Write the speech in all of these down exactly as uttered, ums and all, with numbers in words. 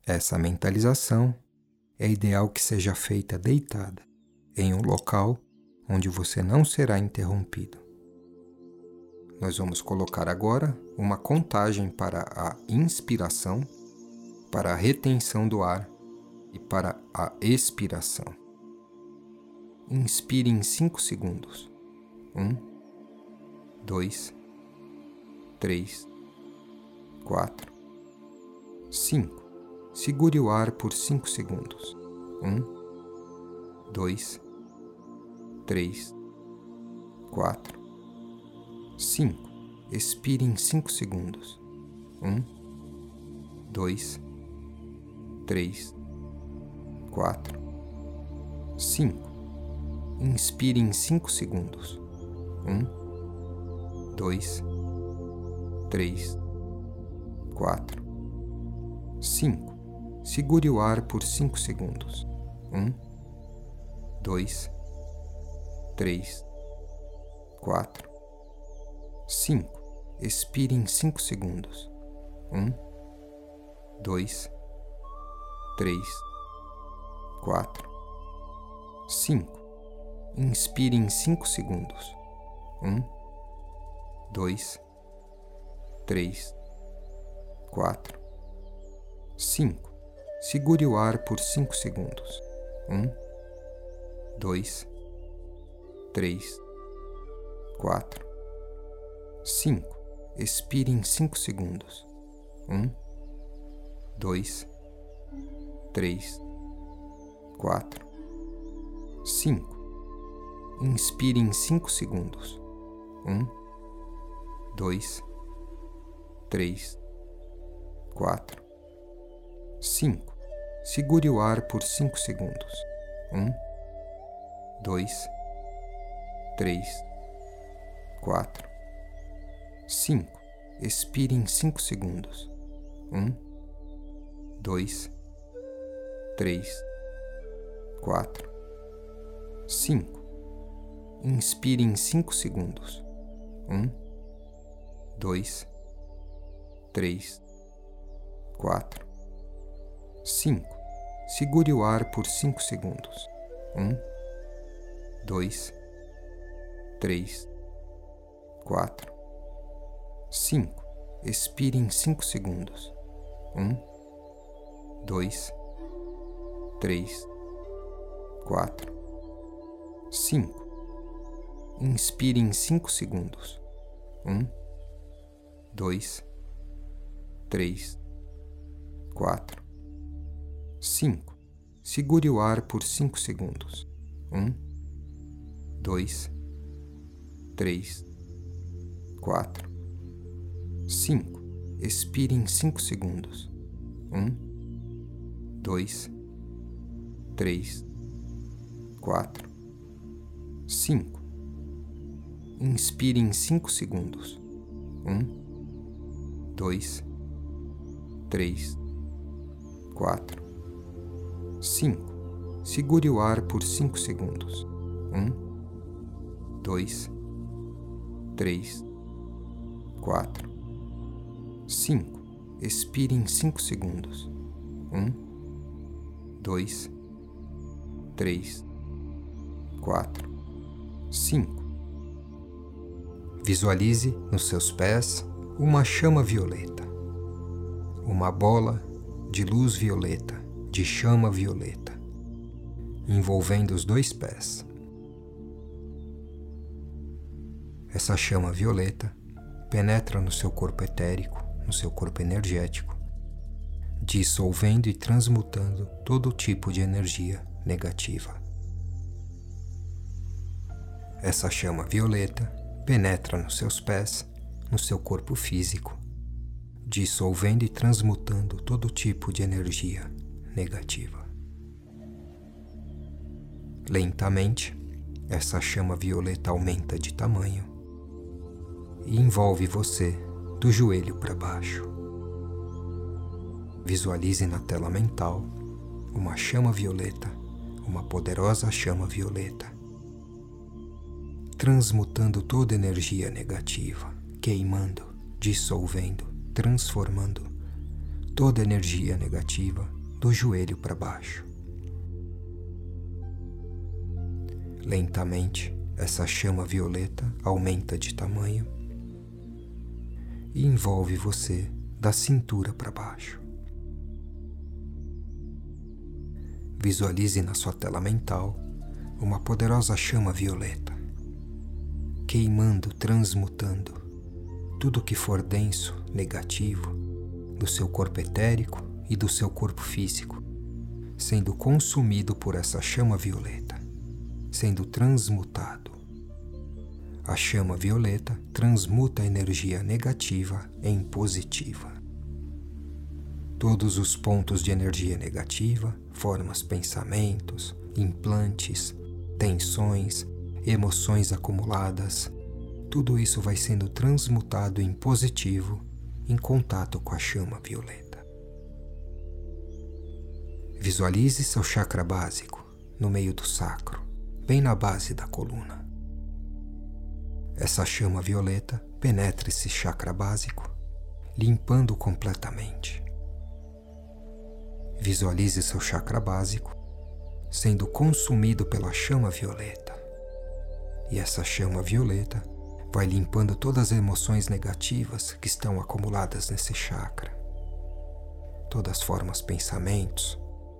Essa mentalização é ideal que seja feita deitada, em um local onde você não será interrompido. Nós vamos colocar agora uma contagem para a inspiração, para a retenção do ar e para a expiração. Inspire em cinco segundos. Um, dois, três, quatro, cinco. Segure o ar por cinco segundos. Um, dois, três, quatro, cinco. Expire em cinco segundos. Um, dois, três, quatro, cinco. Inspire em cinco segundos. Um, dois, três, quatro, cinco. Segure o ar por cinco segundos. Um, dois, três, quatro, cinco. Expire em cinco segundos. Um, dois, três, quatro, cinco. Inspire em cinco segundos. Um, dois, três, quatro, cinco. Segure o ar por cinco segundos. Um, dois, três, quatro, cinco. Expire em cinco segundos. Um, dois, três, quatro, cinco. Inspire em cinco segundos. Um, dois, três, quatro, cinco. Segure o ar por cinco segundos. Um, dois, três, quatro, cinco. Expire em cinco segundos. Um, dois, três, quatro, cinco. Inspire em cinco segundos. Um, dois, três, quatro, cinco. Segure o ar por cinco segundos. Um, dois, três, quatro, cinco. Expire em cinco segundos. Um, dois, três, quatro, cinco. Inspire em cinco segundos. Um, dois, três, quatro, cinco. Segure o ar por cinco segundos. Um, dois, três, quatro, cinco. Expire em cinco segundos. Um, dois, três, quatro, cinco. Inspire em cinco segundos. Um, dois, três, quatro, cinco. Segure o ar por cinco segundos. Um, dois, três, quatro, cinco. Expire em cinco segundos. Um, dois, três, quatro, cinco. Visualize nos seus pés uma chama violeta, uma bola de luz violeta, de chama violeta, envolvendo os dois pés. Essa chama violeta penetra no seu corpo etérico, no seu corpo energético, dissolvendo e transmutando todo tipo de energia negativa. Essa chama violeta penetra nos seus pés, no seu corpo físico, dissolvendo e transmutando todo tipo de energia negativa. Lentamente, essa chama violeta aumenta de tamanho e envolve você do joelho para baixo. Visualize na tela mental uma chama violeta, uma poderosa chama violeta, transmutando toda energia negativa, queimando, dissolvendo, transformando toda energia negativa do joelho para baixo. Lentamente, essa chama violeta aumenta de tamanho e envolve você da cintura para baixo. Visualize na sua tela mental uma poderosa chama violeta, queimando, transmutando tudo que for denso, negativo, do seu corpo etérico e do seu corpo físico, sendo consumido por essa chama violeta, sendo transmutado. A chama violeta transmuta a energia negativa em positiva. Todos os pontos de energia negativa, formas, pensamentos, implantes, tensões, emoções acumuladas, tudo isso vai sendo transmutado em positivo em contato com a chama violeta. Visualize seu chakra básico no meio do sacro, bem na base da coluna. Essa chama violeta penetra esse chakra básico, limpando completamente. Visualize seu chakra básico sendo consumido pela chama violeta. E essa chama violeta vai limpando todas as emoções negativas que estão acumuladas nesse chakra. Todas as formas, pensamentos,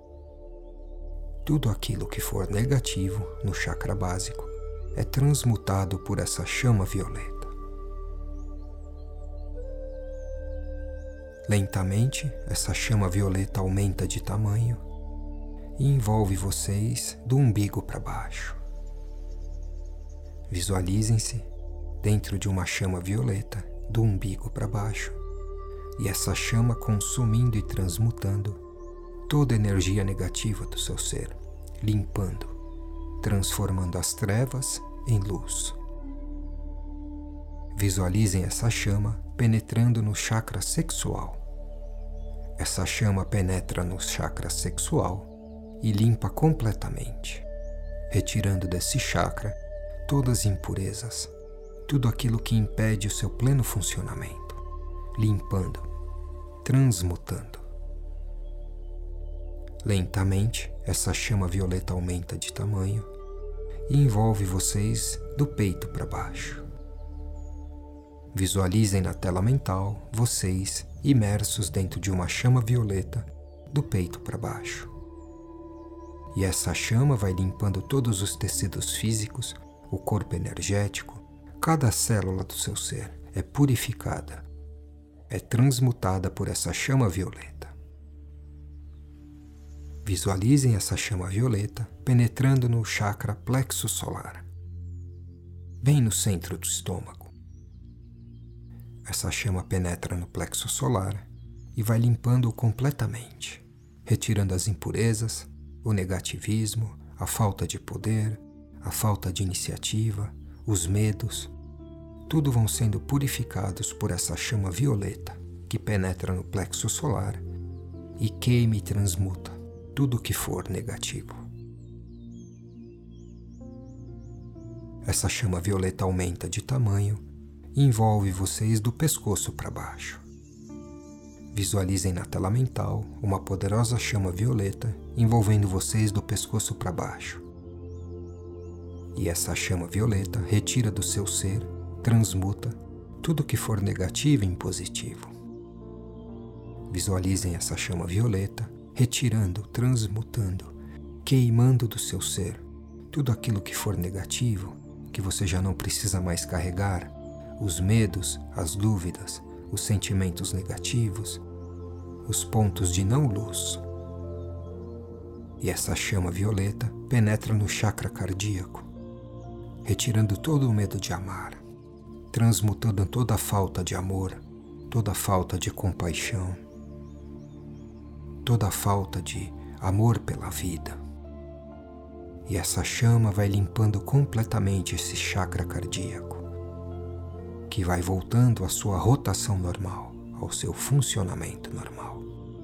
tudo aquilo que for negativo no chakra básico é transmutado por essa chama violeta. Lentamente, essa chama violeta aumenta de tamanho e envolve vocês do umbigo para baixo. Visualizem-se dentro de uma chama violeta do umbigo para baixo e essa chama consumindo e transmutando toda a energia negativa do seu ser, limpando, transformando as trevas em luz. Visualizem essa chama penetrando no chakra sexual. Essa chama penetra no chakra sexual e limpa completamente, retirando desse chakra todas as impurezas, tudo aquilo que impede o seu pleno funcionamento, limpando, transmutando. Lentamente, essa chama violeta aumenta de tamanho e envolve vocês do peito para baixo. Visualizem na tela mental vocês imersos dentro de uma chama violeta do peito para baixo. E essa chama vai limpando todos os tecidos físicos, o corpo energético, cada célula do seu ser é purificada, é transmutada por essa chama violeta. Visualizem essa chama violeta penetrando no chakra plexo solar, bem no centro do estômago. Essa chama penetra no plexo solar e vai limpando-o completamente, retirando as impurezas, o negativismo, a falta de poder, a falta de iniciativa, os medos. Tudo vão sendo purificados por essa chama violeta que penetra no plexo solar e queima e transmuta tudo o que for negativo. Essa chama violeta aumenta de tamanho e envolve vocês do pescoço para baixo. Visualizem na tela mental uma poderosa chama violeta envolvendo vocês do pescoço para baixo. E essa chama violeta retira do seu ser, transmuta tudo que for negativo em positivo. Visualizem essa chama violeta retirando, transmutando, queimando do seu ser tudo aquilo que for negativo, que você já não precisa mais carregar, os medos, as dúvidas, os sentimentos negativos, os pontos de não luz. E essa chama violeta penetra no chakra cardíaco, retirando todo o medo de amar, transmutando toda a falta de amor, toda a falta de compaixão, toda a falta de amor pela vida. E essa chama vai limpando completamente esse chakra cardíaco, que vai voltando à sua rotação normal, ao seu funcionamento normal.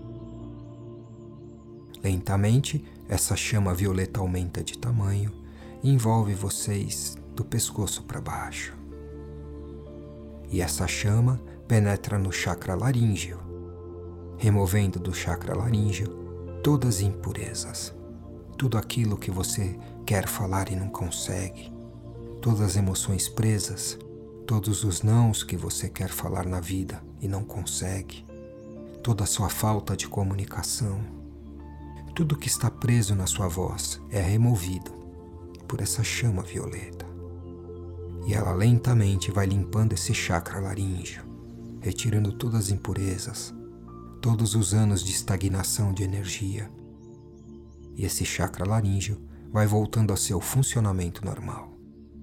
Lentamente, essa chama violeta aumenta de tamanho e envolve vocês do pescoço para baixo. E essa chama penetra no chakra laríngeo, removendo do chakra laríngeo todas as impurezas, tudo aquilo que você quer falar e não consegue, todas as emoções presas, todos os nãos que você quer falar na vida e não consegue, toda a sua falta de comunicação, tudo que está preso na sua voz é removido por essa chama violeta. E ela lentamente vai limpando esse chakra laríngeo, retirando todas as impurezas, todos os anos de estagnação de energia. E esse chakra laríngeo vai voltando ao seu funcionamento normal.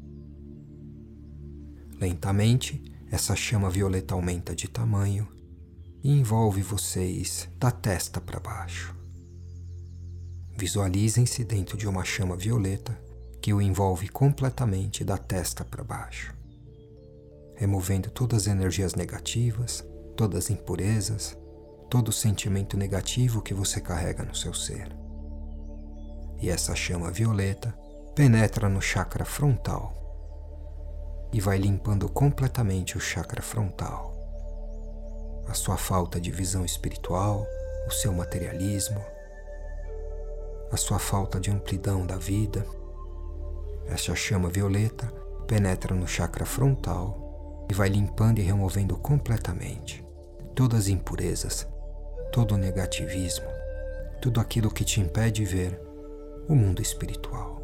Lentamente, essa chama violeta aumenta de tamanho e envolve vocês da testa para baixo. Visualizem-se dentro de uma chama violeta que o envolve completamente da testa para baixo, removendo todas as energias negativas, todas as impurezas, todo o sentimento negativo que você carrega no seu ser. E essa chama violeta penetra no chakra frontal e vai limpando completamente o chakra frontal, a sua falta de visão espiritual, o seu materialismo, a sua falta de amplidão da vida. Essa chama violeta penetra no chakra frontal e vai limpando e removendo completamente todas as impurezas, todo o negativismo, tudo aquilo que te impede de ver o mundo espiritual.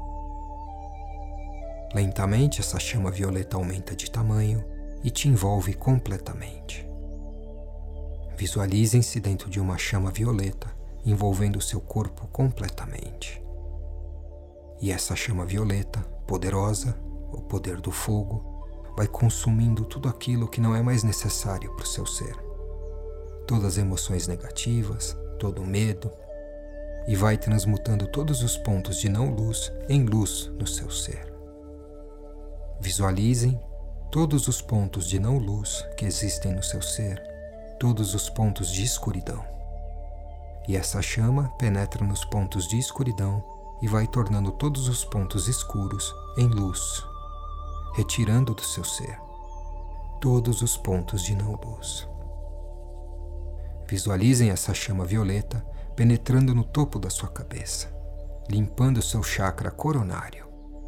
Lentamente, essa chama violeta aumenta de tamanho e te envolve completamente. Visualizem-se dentro de uma chama violeta, envolvendo o seu corpo completamente. E essa chama violeta, poderosa, o poder do fogo, vai consumindo tudo aquilo que não é mais necessário para o seu ser. Todas as emoções negativas, todo o medo, e vai transmutando todos os pontos de não-luz em luz no seu ser. Visualizem todos os pontos de não-luz que existem no seu ser, todos os pontos de escuridão. E essa chama penetra nos pontos de escuridão e vai tornando todos os pontos escuros em luz, retirando do seu ser todos os pontos de não-luz. Visualizem essa chama violeta penetrando no topo da sua cabeça, limpando o seu chakra coronário,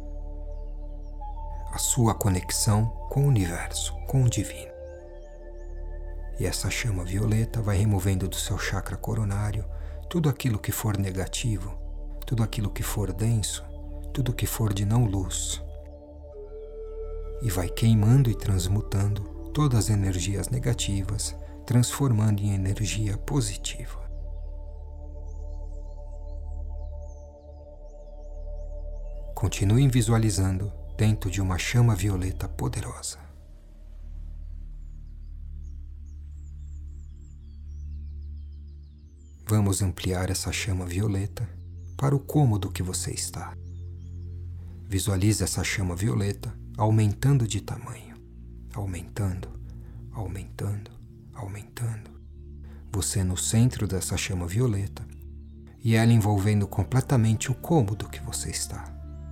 a sua conexão com o universo, com o divino. E essa chama violeta vai removendo do seu chakra coronário tudo aquilo que for negativo, tudo aquilo que for denso, tudo que for de não luz. E vai queimando e transmutando todas as energias negativas, transformando em energia positiva. Continuem visualizando dentro de uma chama violeta poderosa. Vamos ampliar essa chama violeta para o cômodo que você está. Visualize essa chama violeta aumentando de tamanho, aumentando, aumentando, aumentando. Você no centro dessa chama violeta e ela envolvendo completamente o cômodo que você está.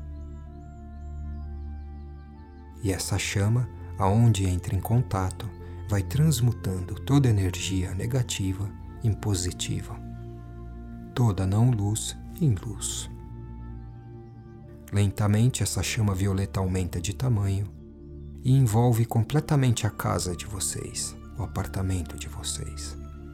E essa chama, aonde entra em contato, vai transmutando toda energia negativa em positiva, toda não-luz em luz. Lentamente, essa chama violeta aumenta de tamanho e envolve completamente a casa de vocês, o apartamento de vocês.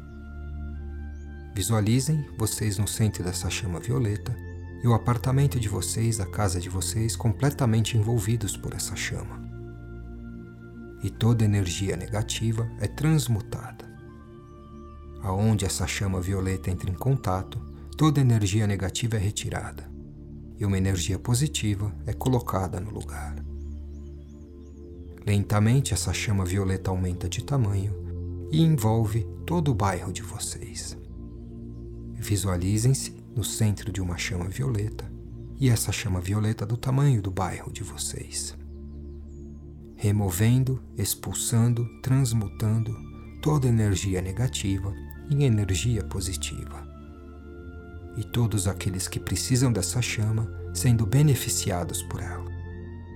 Visualizem vocês no centro dessa chama violeta e o apartamento de vocês, a casa de vocês, completamente envolvidos por essa chama. E toda energia negativa é transmutada. Aonde essa chama violeta entra em contato, toda energia negativa é retirada e uma energia positiva é colocada no lugar. Lentamente, essa chama violeta aumenta de tamanho e envolve todo o bairro de vocês. Visualizem-se no centro de uma chama violeta e essa chama violeta do tamanho do bairro de vocês, removendo, expulsando, transmutando toda energia negativa em energia positiva. E todos aqueles que precisam dessa chama sendo beneficiados por ela.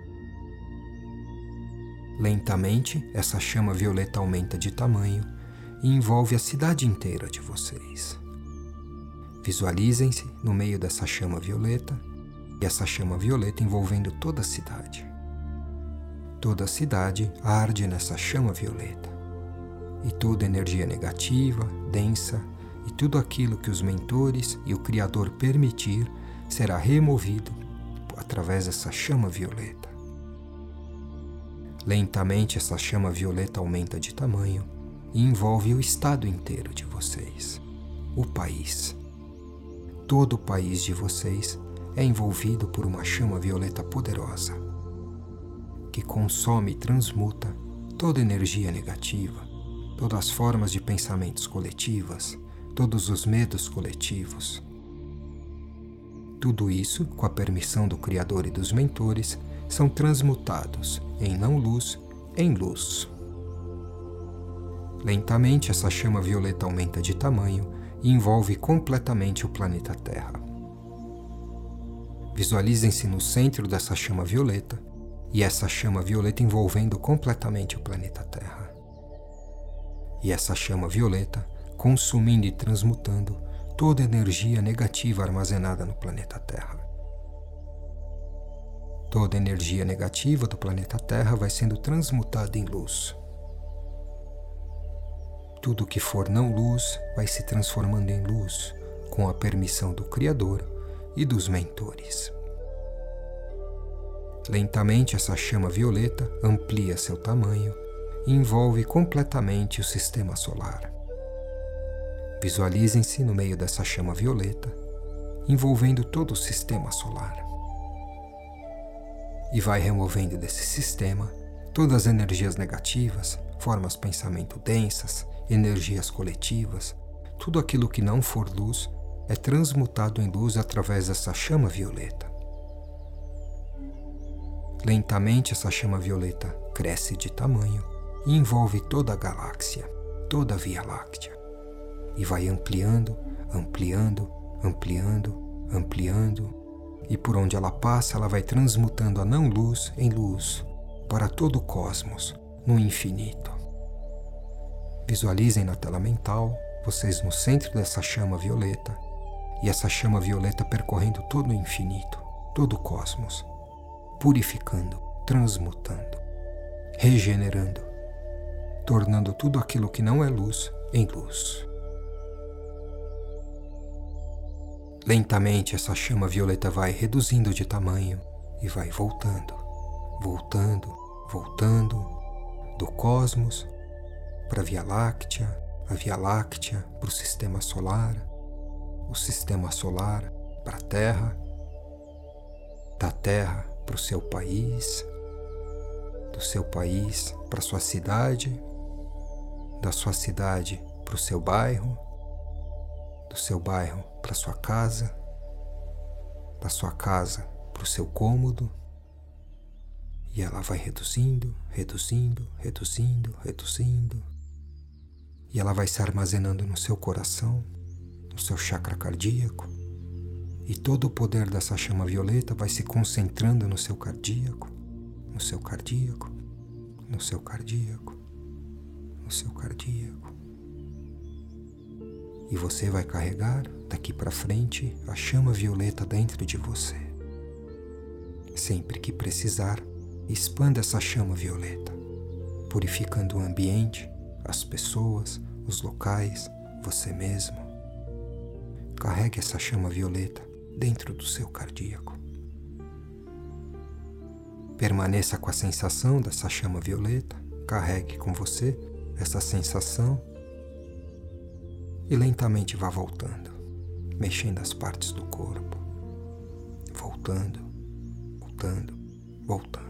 Lentamente, essa chama violeta aumenta de tamanho e envolve a cidade inteira de vocês. Visualizem-se no meio dessa chama violeta e essa chama violeta envolvendo toda a cidade. Toda a cidade arde nessa chama violeta e toda energia negativa, densa e tudo aquilo que os mentores e o Criador permitir será removido através dessa chama violeta. Lentamente essa chama violeta aumenta de tamanho e envolve o estado inteiro de vocês, o país. Todo o país de vocês é envolvido por uma chama violeta poderosa, que consome e transmuta toda energia negativa, todas as formas de pensamentos coletivas, todos os medos coletivos. Tudo isso, com a permissão do Criador e dos mentores, são transmutados em não-luz em luz. Lentamente essa chama violeta aumenta de tamanho e envolve completamente o planeta Terra. Visualizem-se no centro dessa chama violeta e essa chama violeta envolvendo completamente o planeta Terra. E essa chama violeta consumindo e transmutando toda a energia negativa armazenada no planeta Terra. Toda a energia negativa do planeta Terra vai sendo transmutada em luz. Tudo que for não luz vai se transformando em luz, com a permissão do Criador e dos mentores. Lentamente essa chama violeta amplia seu tamanho e envolve completamente o sistema solar. Visualizem-se no meio dessa chama violeta, envolvendo todo o sistema solar. E vai removendo desse sistema todas as energias negativas, formas de pensamento densas, energias coletivas, tudo aquilo que não for luz é transmutado em luz através dessa chama violeta. Lentamente essa chama violeta cresce de tamanho e envolve toda a galáxia, toda a Via Láctea, e vai ampliando, ampliando, ampliando, ampliando, e por onde ela passa ela vai transmutando a não-luz em luz para todo o cosmos, no infinito. Visualizem na tela mental vocês no centro dessa chama violeta e essa chama violeta percorrendo todo o infinito, todo o cosmos, purificando, transmutando, regenerando, tornando tudo aquilo que não é luz em luz. Lentamente essa chama violeta vai reduzindo de tamanho e vai voltando, voltando, voltando do cosmos para a Via Láctea, a Via Láctea para o Sistema Solar, o Sistema Solar para a Terra, da Terra para o seu país, do seu país para a sua cidade, da sua cidade para o seu bairro, do seu bairro para a sua casa, da sua casa para o seu cômodo, e ela vai reduzindo, reduzindo, reduzindo, reduzindo, e ela vai se armazenando no seu coração, no seu chakra cardíaco, e todo o poder dessa chama violeta vai se concentrando no seu cardíaco, no seu cardíaco, no seu cardíaco, no seu cardíaco. E você vai carregar daqui para frente a chama violeta dentro de você. Sempre que precisar, expanda essa chama violeta, purificando o ambiente, as pessoas, os locais, você mesmo. Carregue essa chama violeta dentro do seu cardíaco. Permaneça com a sensação dessa chama violeta, carregue com você essa sensação e lentamente vá voltando, mexendo as partes do corpo, voltando, voltando, voltando.